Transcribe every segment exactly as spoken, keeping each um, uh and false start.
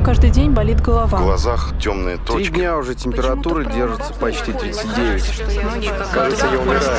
каждый день болит голова. В глазах темные точки. Три дня уже температура держится почти тридцать девять. Кажется, я умираю.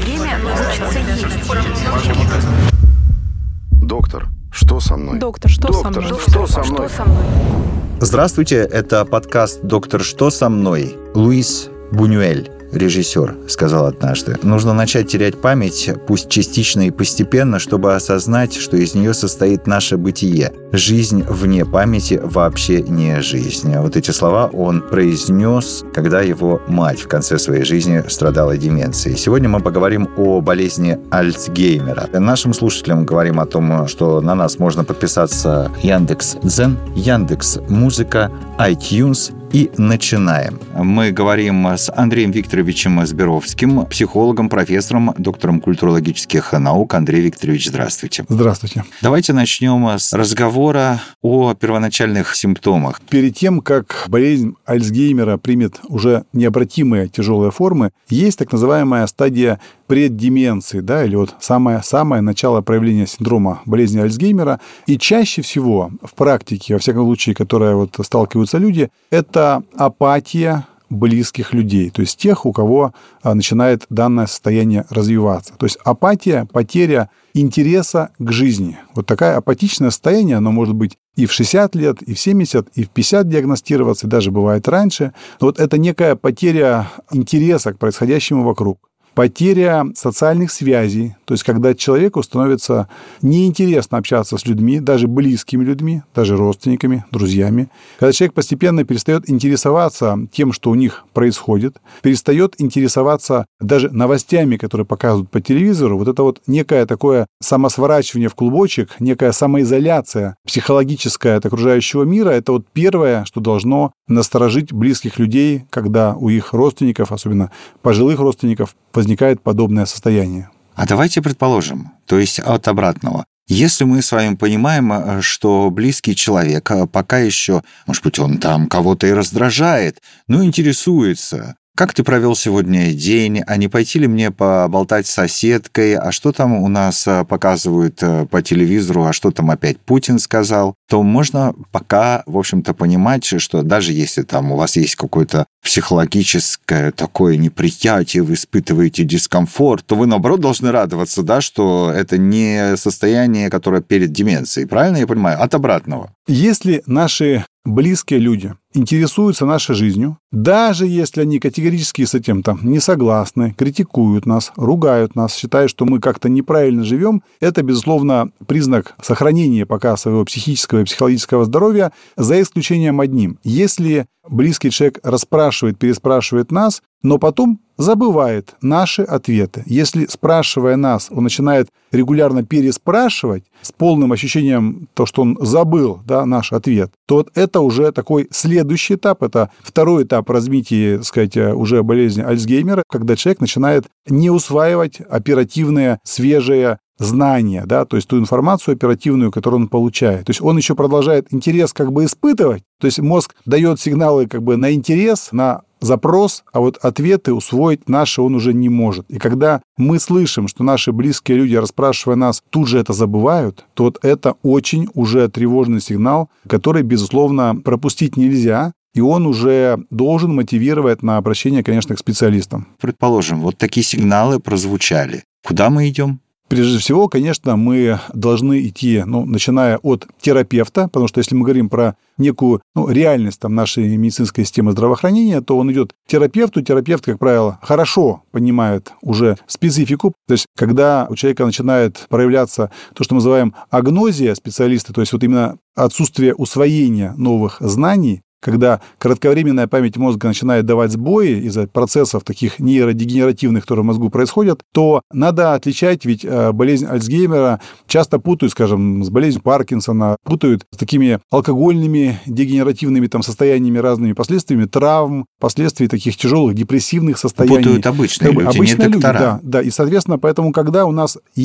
Доктор, что со мной? Доктор, что со Доктор, мной? что со мной? Здравствуйте, это подкаст «Доктор, что со мной?» Луис Бунюэль, режиссер, сказал однажды: «Нужно начать терять память, пусть частично и постепенно, чтобы осознать, что из нее состоит наше бытие. Жизнь вне памяти вообще не жизнь». Вот эти слова он произнес, когда его мать в конце своей жизни страдала деменцией. Сегодня мы поговорим о болезни Альцгеймера. Нашим слушателям говорим о том, что на нас можно подписаться Яндекс.Дзен, Яндекс.Музыка, iTunes. И начинаем. Мы говорим с Андреем Викторовичем Зберовским, психологом, профессором, доктором культурологических наук. Андрей Викторович, здравствуйте. Здравствуйте. Давайте начнем с разговора о первоначальных симптомах. Перед тем, как болезнь Альцгеймера примет уже необратимые тяжелые формы, есть так называемая стадия преддеменции, да, или вот самое, самое начало проявления синдрома болезни Альцгеймера. И чаще всего в практике, во всяком случае, которая вот сталкиваются люди, это апатия близких людей, то есть тех, у кого начинает данное состояние развиваться. То есть апатия, потеря интереса к жизни. Вот такое апатичное состояние, оно может быть и в шестьдесят лет, и в семьдесят, и в пятьдесят диагностироваться, и даже бывает раньше. Но вот это некая потеря интереса к происходящему вокруг. Потеря социальных связей, то есть когда человеку становится неинтересно общаться с людьми, даже близкими людьми, даже родственниками, друзьями. Когда человек постепенно перестает интересоваться тем, что у них происходит, перестает интересоваться даже новостями, которые показывают по телевизору, вот это вот некое такое самосворачивание в клубочек, некая самоизоляция психологическая от окружающего мира, это вот первое, что должно насторожить близких людей, когда у их родственников, особенно пожилых родственников, возникает подобное состояние. А давайте предположим, то есть от обратного. Если мы с вами понимаем, что близкий человек пока еще, может быть, он там кого-то и раздражает, но интересуется, как ты провел сегодня день, а не пойти ли мне поболтать с соседкой, а что там у нас показывают по телевизору, а что там опять Путин сказал, то можно пока, в общем-то, понимать, что даже если там у вас есть какое-то психологическое такое неприятие, вы испытываете дискомфорт, то вы, наоборот, должны радоваться, да, что это не состояние, которое перед деменцией. Правильно я понимаю? От обратного. Если наши близкие люди интересуются нашей жизнью, даже если они категорически с этим там не согласны, критикуют нас, ругают нас, считают, что мы как-то неправильно живем, это, безусловно, признак сохранения пока своего психического и психологического здоровья, за исключением одним. Если близкий человек расспрашивает, переспрашивает нас, но потом забывает наши ответы. Если, спрашивая нас, он начинает регулярно переспрашивать с полным ощущением того, что он забыл, да, наш ответ, то вот это уже такой следующий этап, это второй этап развития, так сказать, уже болезни Альцгеймера, когда человек начинает не усваивать оперативные, свежие знания, да, то есть ту информацию оперативную, которую он получает. То есть он еще продолжает интерес как бы испытывать, то есть мозг дает сигналы как бы на интерес, на запрос, а вот ответы усвоить наши он уже не может. И когда мы слышим, что наши близкие люди, расспрашивая нас, тут же это забывают, то вот это очень уже тревожный сигнал, который, безусловно, пропустить нельзя, и он уже должен мотивировать на обращение, конечно, к специалистам. Предположим, вот такие сигналы прозвучали. Куда мы идем? Прежде всего, конечно, мы должны идти, ну, начиная от терапевта, потому что если мы говорим про некую ну, реальность там, нашей медицинской системы здравоохранения, то он идет к терапевту. Терапевт, как правило, хорошо понимает уже специфику. То есть, когда у человека начинает проявляться то, что мы называем агнозия специалиста, то есть вот именно отсутствие усвоения новых знаний, когда кратковременная память мозга начинает давать сбои из-за процессов таких нейродегенеративных, которые в мозгу происходят, то надо отличать, ведь болезнь Альцгеймера часто путают, скажем, с болезнью Паркинсона, путают с такими алкогольными дегенеративными там, состояниями, разными последствиями травм, последствий таких тяжелых депрессивных состояний. Путают обычные люди, обычные не доктора. Люди, да, да. И, соответственно, поэтому, когда у нас есть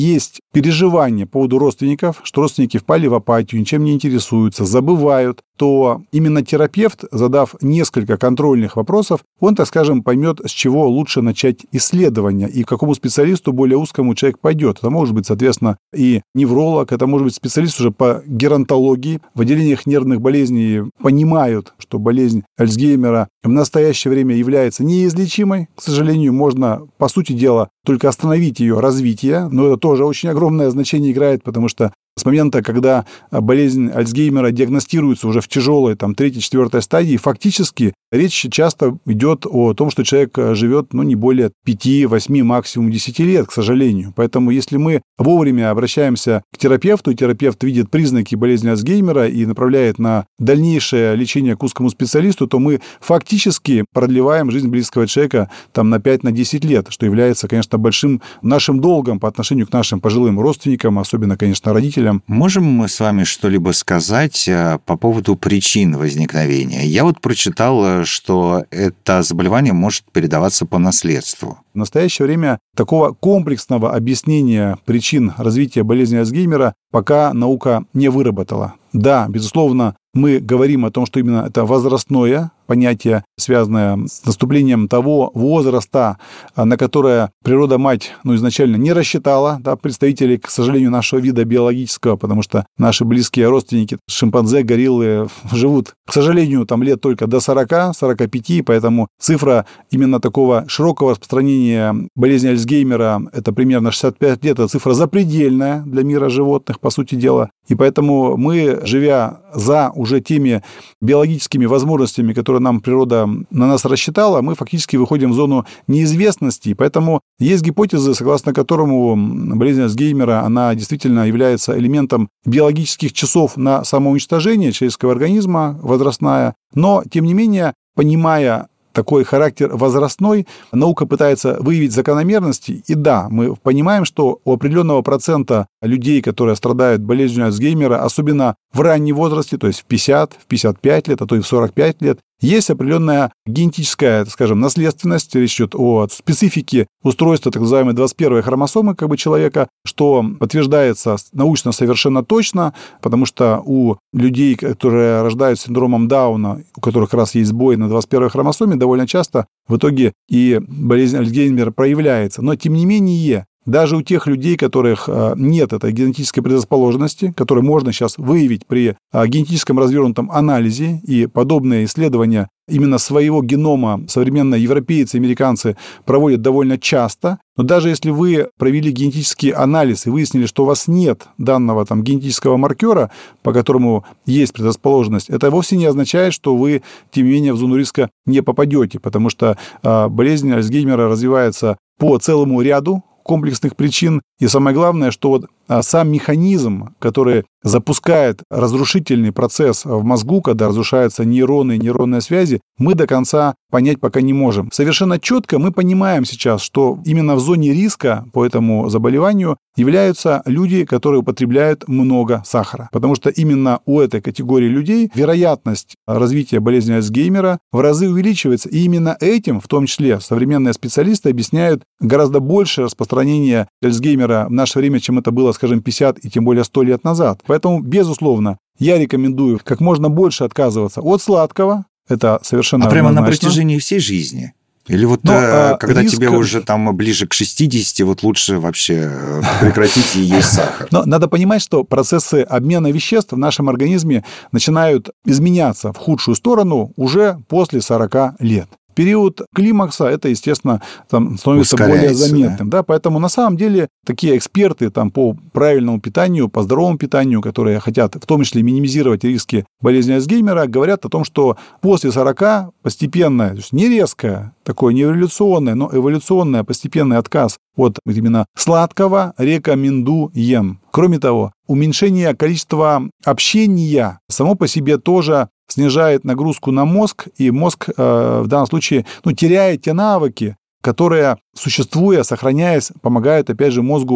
переживания по поводу родственников, что родственники впали в апатию, ничем не интересуются, забывают, то именно терапевт, задав несколько контрольных вопросов, он, так скажем, поймет, с чего лучше начать исследование и к какому специалисту более узкому человек пойдет. Это может быть, соответственно, и невролог, это может быть специалист уже по геронтологии. В отделениях нервных болезней понимают, что болезнь Альцгеймера в настоящее время является неизлечимой. К сожалению, можно, по сути дела, только остановить ее развитие, но это тоже очень огромное значение играет, потому что с момента, когда болезнь Альцгеймера диагностируется уже в тяжелой, там, третьей, четвертой стадии, фактически речь часто идет о том, что человек живет, ну, не более пяти, восьми, максимум десяти лет, к сожалению. Поэтому, если мы вовремя обращаемся к терапевту, и терапевт видит признаки болезни Альцгеймера и направляет на дальнейшее лечение к узкому специалисту, то мы фактически продлеваем жизнь близкого человека там, на пять-десять лет, что является, конечно, большим нашим долгом по отношению к нашим пожилым родственникам, особенно, конечно, родителям. Можем мы с вами что-либо сказать по поводу причин возникновения? Я вот прочитал, что это заболевание может передаваться по наследству. В настоящее время такого комплексного объяснения причин развития болезни Альцгеймера пока наука не выработала. Да, безусловно, мы говорим о том, что именно это возрастное понятие, связанное с наступлением того возраста, на которое природа-мать ну, изначально не рассчитала, да, представителей, к сожалению, нашего вида биологического, потому что наши близкие родственники, шимпанзе, гориллы, живут, к сожалению, там лет только до сорока-сорока пяти, поэтому цифра именно такого широкого распространения болезни Альцгеймера, это примерно шестьдесят пять лет, это цифра запредельная для мира животных, по сути дела. И поэтому мы, живя за уже теми биологическими возможностями, которые нам природа на нас рассчитала, мы фактически выходим в зону неизвестности. Поэтому есть гипотезы, согласно которому болезнь Альцгеймера, она действительно является элементом биологических часов на самоуничтожение человеческого организма, возрастная. Но, тем не менее, понимая такой характер возрастной, наука пытается выявить закономерности. И да, мы понимаем, что у определенного процента людей, которые страдают болезнью Альцгеймера, особенно в раннем возрасте, то есть в пятьдесят, в пятьдесят пять лет, а то и в сорок пять лет, есть определенная генетическая, так скажем, наследственность. Речь идет о специфике устройства так называемой двадцать первой хромосомы как бы, человека, что подтверждается научно совершенно точно, потому что у людей, которые рождаются с синдромом Дауна, у которых как раз есть сбой на двадцать первой хромосоме, довольно часто в итоге и болезнь Альцгеймера проявляется. Но, тем не менее, даже у тех людей, у которых нет этой генетической предрасположенности, которые можно сейчас выявить при генетическом развернутом анализе, и подобные исследования именно своего генома современные европейцы, американцы проводят довольно часто. Но даже если вы провели генетический анализ и выяснили, что у вас нет данного там, генетического маркера, по которому есть предрасположенность, это вовсе не означает, что вы, тем не менее, в зону риска не попадете, потому что э, болезнь Альцгеймера развивается по целому ряду комплексных причин. И самое главное, что вот сам механизм, который запускает разрушительный процесс в мозгу, когда разрушаются нейроны и нейронные связи, мы до конца понять пока не можем. Совершенно четко мы понимаем сейчас, что именно в зоне риска по этому заболеванию являются люди, которые употребляют много сахара. Потому что именно у этой категории людей вероятность развития болезни Альцгеймера в разы увеличивается. И именно этим, в том числе, современные специалисты объясняют гораздо большее распространение Альцгеймера в наше время, чем это было, скажем, пятьдесят и тем более сто лет назад. Поэтому, безусловно, я рекомендую как можно больше отказываться от сладкого. Это совершенно А прямо однозначно. На протяжении всей жизни? Или вот Но, а, когда риск... тебе уже там ближе к шестидесяти, вот лучше вообще прекратить и есть сахар? Но надо понимать, что процессы обмена веществ в нашем организме начинают изменяться в худшую сторону уже после сорока лет. В период климакса это, естественно, там, становится более заметным. Да? Да? Поэтому на самом деле такие эксперты там, по правильному питанию, по здоровому питанию, которые хотят в том числе минимизировать риски болезни Альцгеймера, говорят о том, что после сорока постепенное, то есть не резкое, такое не революционное, но эволюционное постепенный отказ от именно сладкого рекомендуем. Кроме того, уменьшение количества общения само по себе тоже снижает нагрузку на мозг, и мозг э, в данном случае ну, теряет те навыки, которые, существуя, сохраняясь, помогают, опять же, мозгу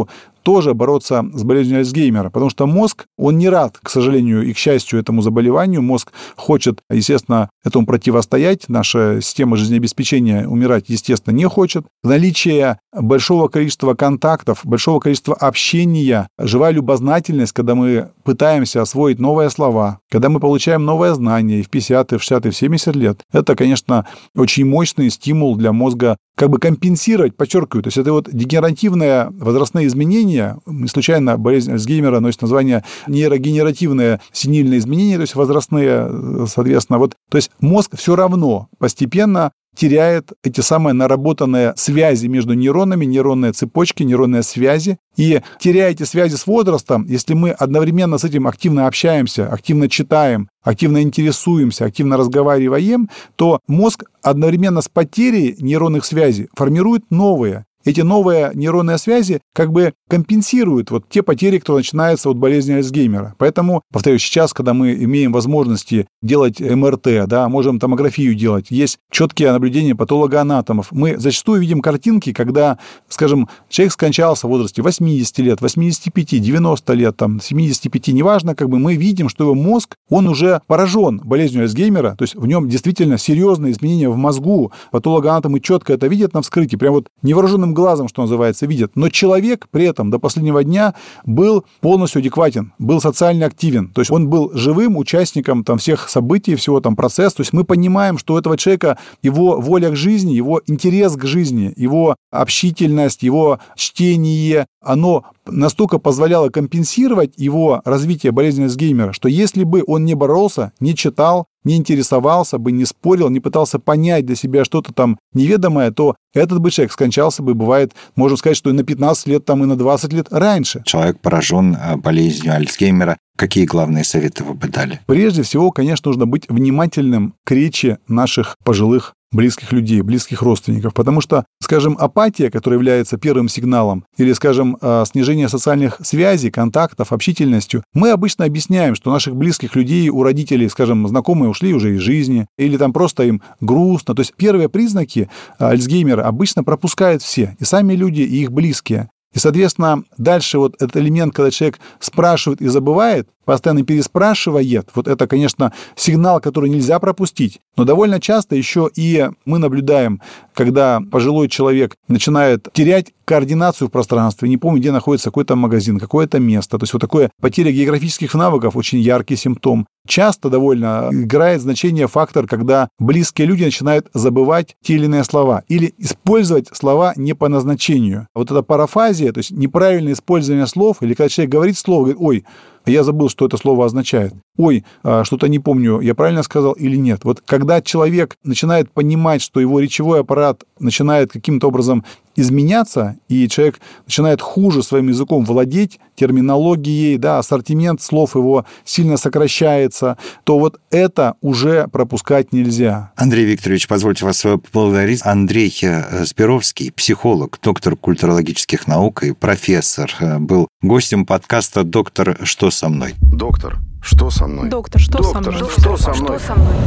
тоже бороться с болезнью Альцгеймера, потому что мозг, он не рад, к сожалению и к счастью, этому заболеванию. Мозг хочет, естественно, этому противостоять. Наша система жизнеобеспечения умирать, естественно, не хочет. Наличие большого количества контактов, большого количества общения, живая любознательность, когда мы пытаемся освоить новые слова, когда мы получаем новое знание и в пятьдесят, и в шестьдесят, и в семьдесят лет, это, конечно, очень мощный стимул для мозга как бы компенсировать, подчеркиваю, то есть это вот дегенеративные возрастные изменения, не случайно болезнь Альцгеймера носит название нейрогенеративные сенильные изменения, то есть возрастные, соответственно, вот, то есть мозг все равно постепенно теряет эти самые наработанные связи между нейронами, нейронные цепочки, нейронные связи. И теряя эти связи с возрастом, если мы одновременно с этим активно общаемся, активно читаем, активно интересуемся, активно разговариваем, то мозг одновременно с потерей нейронных связей формирует новые. Эти новые нейронные связи как бы компенсируют вот те потери, которые начинаются от болезни Альцгеймера. Поэтому, повторюсь, сейчас, когда мы имеем возможности делать эм эр тэ, да, можем томографию делать, есть четкие наблюдения патологоанатомов, мы зачастую видим картинки, когда, скажем, человек скончался в возрасте восемьдесят лет, восемьдесят пять, девяносто лет, там, семьдесят пять, неважно, как бы мы видим, что его мозг, он уже поражен болезнью Альцгеймера, то есть в нем действительно серьезные изменения в мозгу, патологоанатомы четко это видят на вскрытии, прям вот невооруженным глазом, что называется, видят. Но человек при этом до последнего дня был полностью адекватен, был социально активен. То есть он был живым участником там, всех событий, всего там процесса. То есть мы понимаем, что у этого человека его воля к жизни, его интерес к жизни, его общительность, его чтение, оно настолько позволяло компенсировать его развитие болезни Альцгеймера, что если бы он не боролся, не читал, не интересовался бы, не спорил, не пытался понять для себя что-то там неведомое, то этот бы человек скончался бы, бывает, можно сказать, что и на пятнадцать лет, там, и на двадцать лет раньше. Человек поражен болезнью Альцгеймера. Какие главные советы вы бы дали? Прежде всего, конечно, нужно быть внимательным к речи наших пожилых близких людей, близких родственников. Потому что, скажем, апатия, которая является первым сигналом, или, скажем, снижение социальных связей, контактов, общительностью, мы обычно объясняем, что наших близких людей, у родителей, скажем, знакомые ушли уже из жизни, или там просто им грустно. То есть первые признаки Альцгеймера обычно пропускают все, и сами люди, и их близкие. И, соответственно, дальше вот этот элемент, когда человек спрашивает и забывает, постоянно переспрашивает, вот это, конечно, сигнал, который нельзя пропустить. Но довольно часто еще и мы наблюдаем, когда пожилой человек начинает терять координацию в пространстве, не помнит, где находится какой-то магазин, какое-то место. То есть вот такое потеря географических навыков, очень яркий симптом. Часто довольно играет значение фактор, когда близкие люди начинают забывать те или иные слова или использовать слова не по назначению. Вот эта парафазия, то есть неправильное использование слов, или когда человек говорит слово, говорит, ой, я забыл, что это слово означает. Ой, что-то не помню, я правильно сказал или нет. Вот когда человек начинает понимать, что его речевой аппарат начинает каким-то образом изменяться, и человек начинает хуже своим языком владеть, терминологией, да, ассортимент слов его сильно сокращается, то вот это уже пропускать нельзя. Андрей Викторович, позвольте вас поблагодарить. Андрей Спировский, психолог, доктор культурологических наук и профессор, был гостем подкаста «Доктор, что со мной?». Доктор, что со мной? Доктор, что Доктор, со мной? что со мной? Что со мной?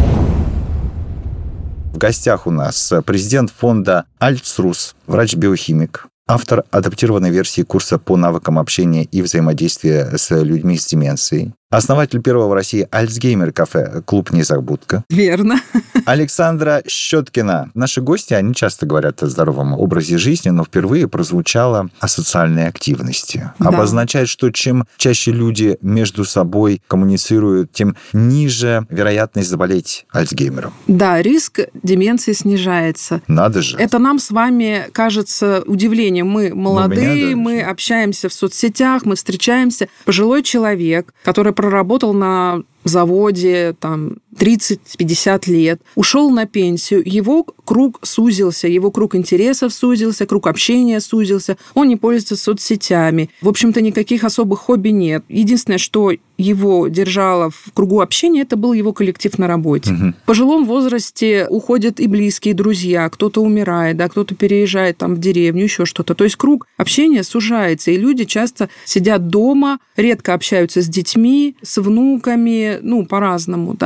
В гостях у нас президент фонда «Альцрус», врач-биохимик, автор адаптированной версии курса по навыкам общения и взаимодействия с людьми с деменцией, основатель первого в России Альцгеймер-кафе «Клуб Незабудка». Верно. Александра Щеткина. Наши гости, они часто говорят о здоровом образе жизни, но впервые прозвучало о социальной активности. Да. Обозначает, что чем чаще люди между собой коммуницируют, тем ниже вероятность заболеть Альцгеймером. Да, риск деменции снижается. Надо же. Это нам с вами кажется удивлением. Мы молодые, меня, да. мы общаемся в соцсетях, мы встречаемся. Пожилой человек, который проработал на заводе там тридцать-пятьдесят лет, ушел на пенсию, его круг сузился, его круг интересов сузился, круг общения сузился, он не пользуется соцсетями. В общем-то, никаких особых хобби нет. Единственное, что его держало в кругу общения, это был его коллектив на работе. Угу. В пожилом возрасте уходят и близкие, и друзья, кто-то умирает, да, кто-то переезжает там в деревню, еще что-то. То есть круг общения сужается, и люди часто сидят дома, редко общаются с детьми, с внуками, ну, по-разному, да, поэтому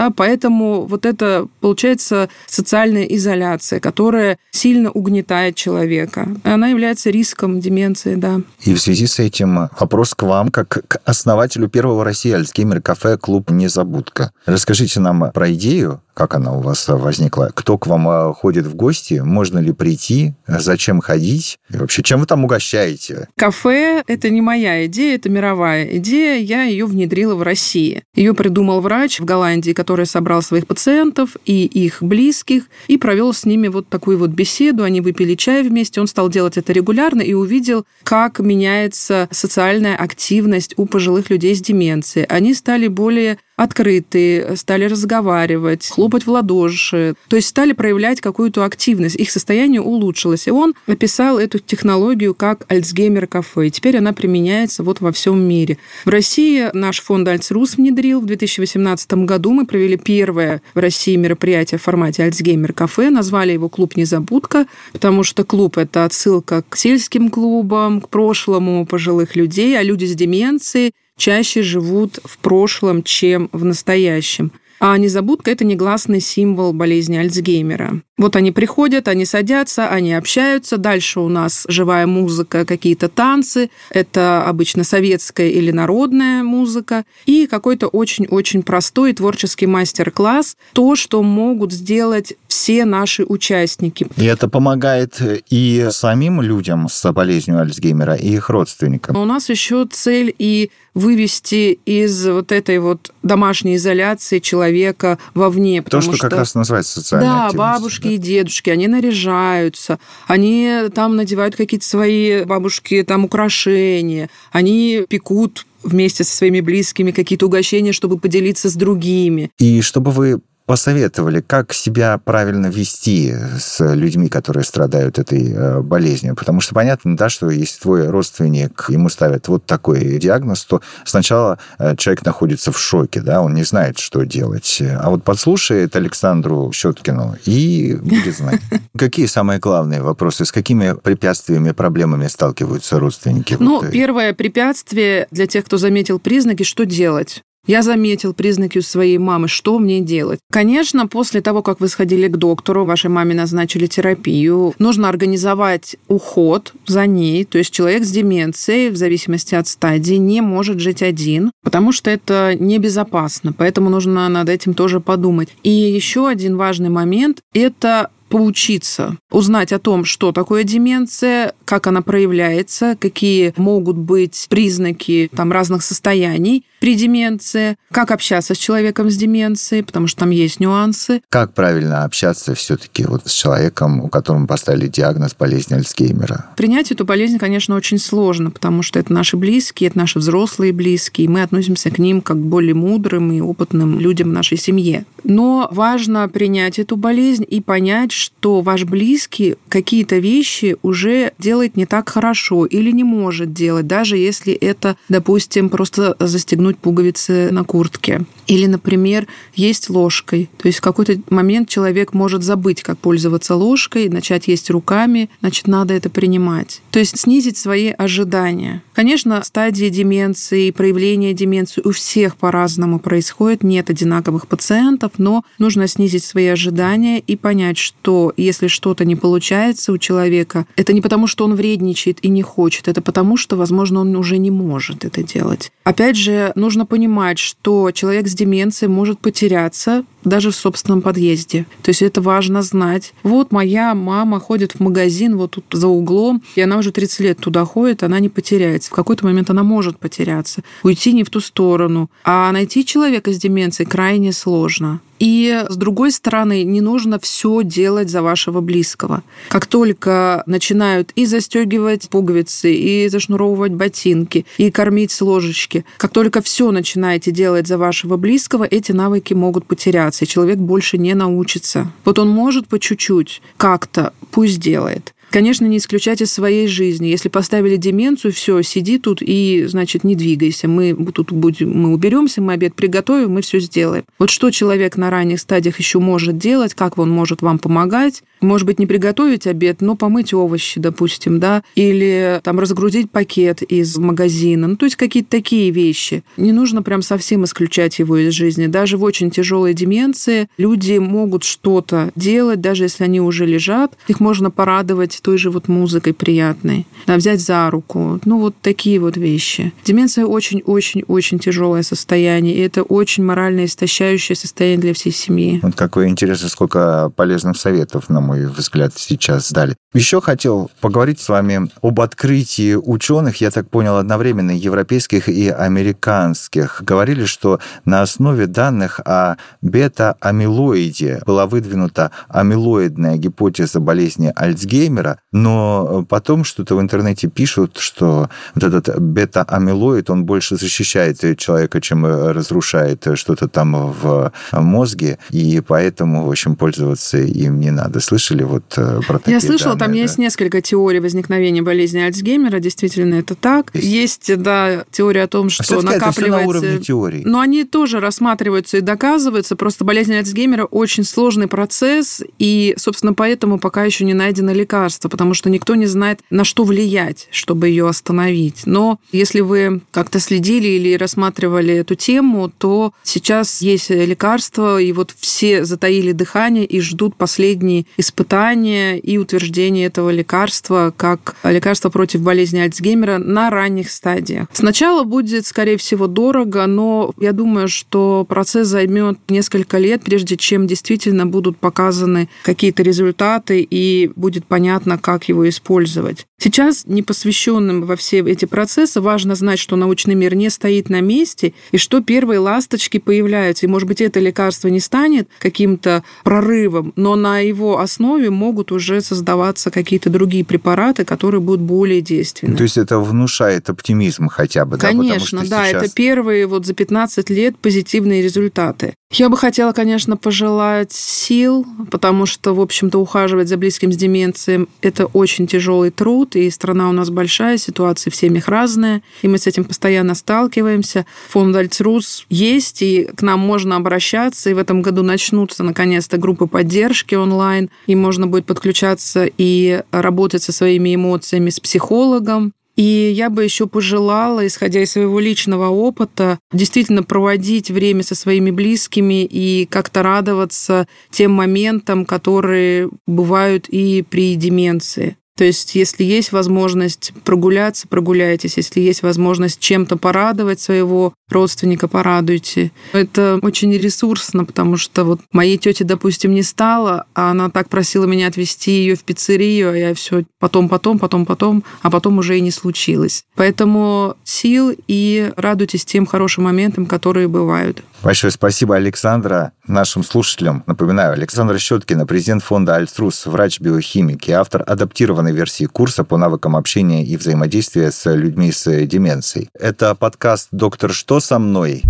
Поэтому вот это, получается, социальная изоляция, которая сильно угнетает человека. Она является риском деменции, да. И в связи с этим вопрос к вам, как к основателю первого в России Альцгеймер-кафе «Клуб Незабудка». Расскажите нам про идею, как она у вас возникла, кто к вам ходит в гости, можно ли прийти, зачем ходить, и вообще, чем вы там угощаете? Кафе – это не моя идея, это мировая идея, я ее внедрила в России. Ее придумал врач в Голландии, который собрал своих пациентов и их близких, и провел с ними вот такую вот беседу, они выпили чай вместе, он стал делать это регулярно и увидел, как меняется социальная активность у пожилых людей с деменцией. Они стали более открытые, стали разговаривать, хлопать в ладоши, то есть стали проявлять какую-то активность, их состояние улучшилось. И он описал эту технологию как Альцгеймер-кафе, и теперь она применяется вот во всем мире. В России наш фонд Альцрус внедрил. В две тысячи восемнадцатом году мы провели первое в России мероприятие в формате Альцгеймер-кафе, назвали его «Клуб Незабудка», потому что клуб – это отсылка к сельским клубам, к прошлому пожилых людей, а люди с деменцией чаще живут в прошлом, чем в настоящем. А незабудка – это негласный символ болезни Альцгеймера. Вот они приходят, они садятся, они общаются. Дальше у нас живая музыка, какие-то танцы. Это обычно советская или народная музыка. И какой-то очень-очень простой творческий мастер-класс. То, что могут сделать все наши участники. И это помогает и самим людям с болезнью Альцгеймера, и их родственникам. У нас еще цель и вывести из вот этой вот домашней изоляции человека вовне. То, что, что как раз называется социальной да, активностью. Бабушки да, бабушки и дедушки, они наряжаются, они там надевают какие-то свои бабушки там украшения, они пекут вместе со своими близкими какие-то угощения, чтобы поделиться с другими. И чтобы вы посоветовали, как себя правильно вести с людьми, которые страдают этой болезнью. Потому что понятно, да, что если твой родственник, ему ставят вот такой диагноз, то сначала человек находится в шоке, да, он не знает, что делать. А вот подслушает Александру Щеткину и будет знать. Какие самые главные вопросы, с какими препятствиями, проблемами сталкиваются родственники? Ну, вот, первое препятствие для тех, кто заметил признаки, что делать? Я заметил признаки у своей мамы, что мне делать? Конечно, после того, как вы сходили к доктору, вашей маме назначили терапию, нужно организовать уход за ней. То есть человек с деменцией, в зависимости от стадии, не может жить один, потому что это небезопасно. Поэтому нужно над этим тоже подумать. И еще один важный момент – это поучиться, узнать о том, что такое деменция, как она проявляется, какие могут быть признаки там, разных состояний при деменции, как общаться с человеком с деменцией, потому что там есть нюансы. Как правильно общаться все-таки вот с человеком, у которого поставили диагноз болезни Альцгеймера? Принять эту болезнь, конечно, очень сложно, потому что это наши близкие, это наши взрослые близкие, и мы относимся к ним как к более мудрым и опытным людям в нашей семье. Но важно принять эту болезнь и понять, что ваш близкий какие-то вещи уже делает не так хорошо или не может делать, даже если это, допустим, просто застегнуть пуговицы на куртке. Или, например, есть ложкой. То есть в какой-то момент человек может забыть, как пользоваться ложкой, начать есть руками, значит, надо это принимать. То есть снизить свои ожидания. Конечно, стадии деменции, проявление деменции у всех по-разному происходит, нет одинаковых пациентов, но нужно снизить свои ожидания и понять, что если что-то не получается у человека, это не потому, что он вредничает и не хочет, это потому, что, возможно, он уже не может это делать. Опять же, нужно понимать, что человек с деменцией может потеряться даже в собственном подъезде. То есть это важно знать. Вот моя мама ходит в магазин вот тут за углом, и она уже тридцать лет туда ходит, она не потеряется. В какой-то момент она может потеряться, уйти не в ту сторону. А найти человека с деменцией крайне сложно. И, с другой стороны, не нужно все делать за вашего близкого. Как только начинают и застегивать пуговицы, и зашнуровывать ботинки, и кормить с ложечки, как только все начинаете делать за вашего близкого, эти навыки могут потеряться, и человек больше не научится. Вот он может по чуть-чуть как-то, пусть делает. Конечно, не исключать из своей жизни. Если поставили деменцию, все, сиди тут и, значит, не двигайся. Мы тут будем, мы уберемся, мы обед приготовим, мы все сделаем. Вот что человек на ранних стадиях еще может делать, как он может вам помогать? Может быть, не приготовить обед, но помыть овощи, допустим, да, или там разгрузить пакет из магазина. Ну, то есть какие-то такие вещи. Не нужно прям совсем исключать его из жизни. Даже в очень тяжелой деменции люди могут что-то делать, даже если они уже лежат. Их можно порадовать той же вот музыкой приятной, да, взять за руку. Ну, вот такие вот вещи. Деменция очень-очень-очень тяжелое состояние, и это очень морально истощающее состояние для всей семьи. Вот какое интересно, сколько полезных советов, на мой взгляд, сейчас дали. Еще хотел поговорить с вами об открытии ученых, я так понял, одновременно европейских и американских. Говорили, что на основе данных о бета-амилоиде была выдвинута амилоидная гипотеза болезни Альцгеймера, но потом что-то в интернете пишут, что вот этот бета-амилоид, он больше защищает человека, чем разрушает что-то там в мозге, и поэтому, в общем, пользоваться им не надо. Слышали вот про такие Я слышала, данные, там да? есть несколько теорий возникновения болезни Альцгеймера, действительно это так. Есть, есть да, теория о том, что а накапливается... это все на уровне теории. Но они тоже рассматриваются и доказываются, просто болезнь Альцгеймера очень сложный процесс, и, собственно, поэтому пока еще не найдено лекарство, потому что никто не знает, на что влиять, чтобы ее остановить. Но если вы как-то следили или рассматривали эту тему, то сейчас есть лекарство, и вот все затаили дыхание и ждут последние испытания и утверждение этого лекарства как лекарство против болезни Альцгеймера на ранних стадиях. Сначала будет, скорее всего, дорого, но я думаю, что процесс займет несколько лет, прежде чем действительно будут показаны какие-то результаты и будет понятно, как его использовать. Сейчас непосвященным во все эти процессы важно знать, что научный мир не стоит на месте и что первые ласточки появляются. И, может быть, это лекарство не станет каким-то прорывом, но на его основе могут уже создаваться какие-то другие препараты, которые будут более действенны. То есть это внушает оптимизм хотя бы, конечно, да? Потому что да, сейчас... это первые вот за пятнадцать лет позитивные результаты. Я бы хотела, конечно, пожелать сил, потому что, в общем-то, ухаживать за близким с деменцией – это очень тяжелый труд, и страна у нас большая, ситуации в семьях разные, и мы с этим постоянно сталкиваемся. Фонд Альцрус есть, и к нам можно обращаться, и в этом году начнутся, наконец-то, группы поддержки онлайн, и можно будет подключаться и работать со своими эмоциями с психологом. И я бы еще пожелала, исходя из своего личного опыта, действительно проводить время со своими близкими и как-то радоваться тем моментам, которые бывают и при деменции. То есть, если есть возможность прогуляться, прогуляйтесь. Если есть возможность чем-то порадовать своего родственника, порадуйте. Это очень ресурсно, потому что вот моей тете, допустим, не стало, а она так просила меня отвезти ее в пиццерию, а я все потом, потом, потом, потом, а потом уже и не случилось. Поэтому сил и радуйтесь тем хорошим моментам, которые бывают. Большое спасибо, Александра. Нашим слушателям напоминаю, Александра Щеткина, президент фонда Альцрус, врач-биохимик и автор адаптированной версии курса по навыкам общения и взаимодействия с людьми с деменцией. Это подкаст «Доктор, что со мной?».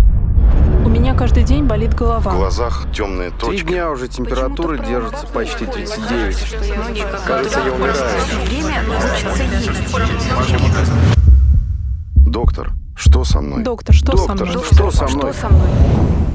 У меня каждый день болит голова. В глазах темные Три точки. дня уже температура держится почти тридцать девять. Кажется, я умираю. Доктор, что со мной? Доктор, что Доктор, со мной? что со мной? Что со мной?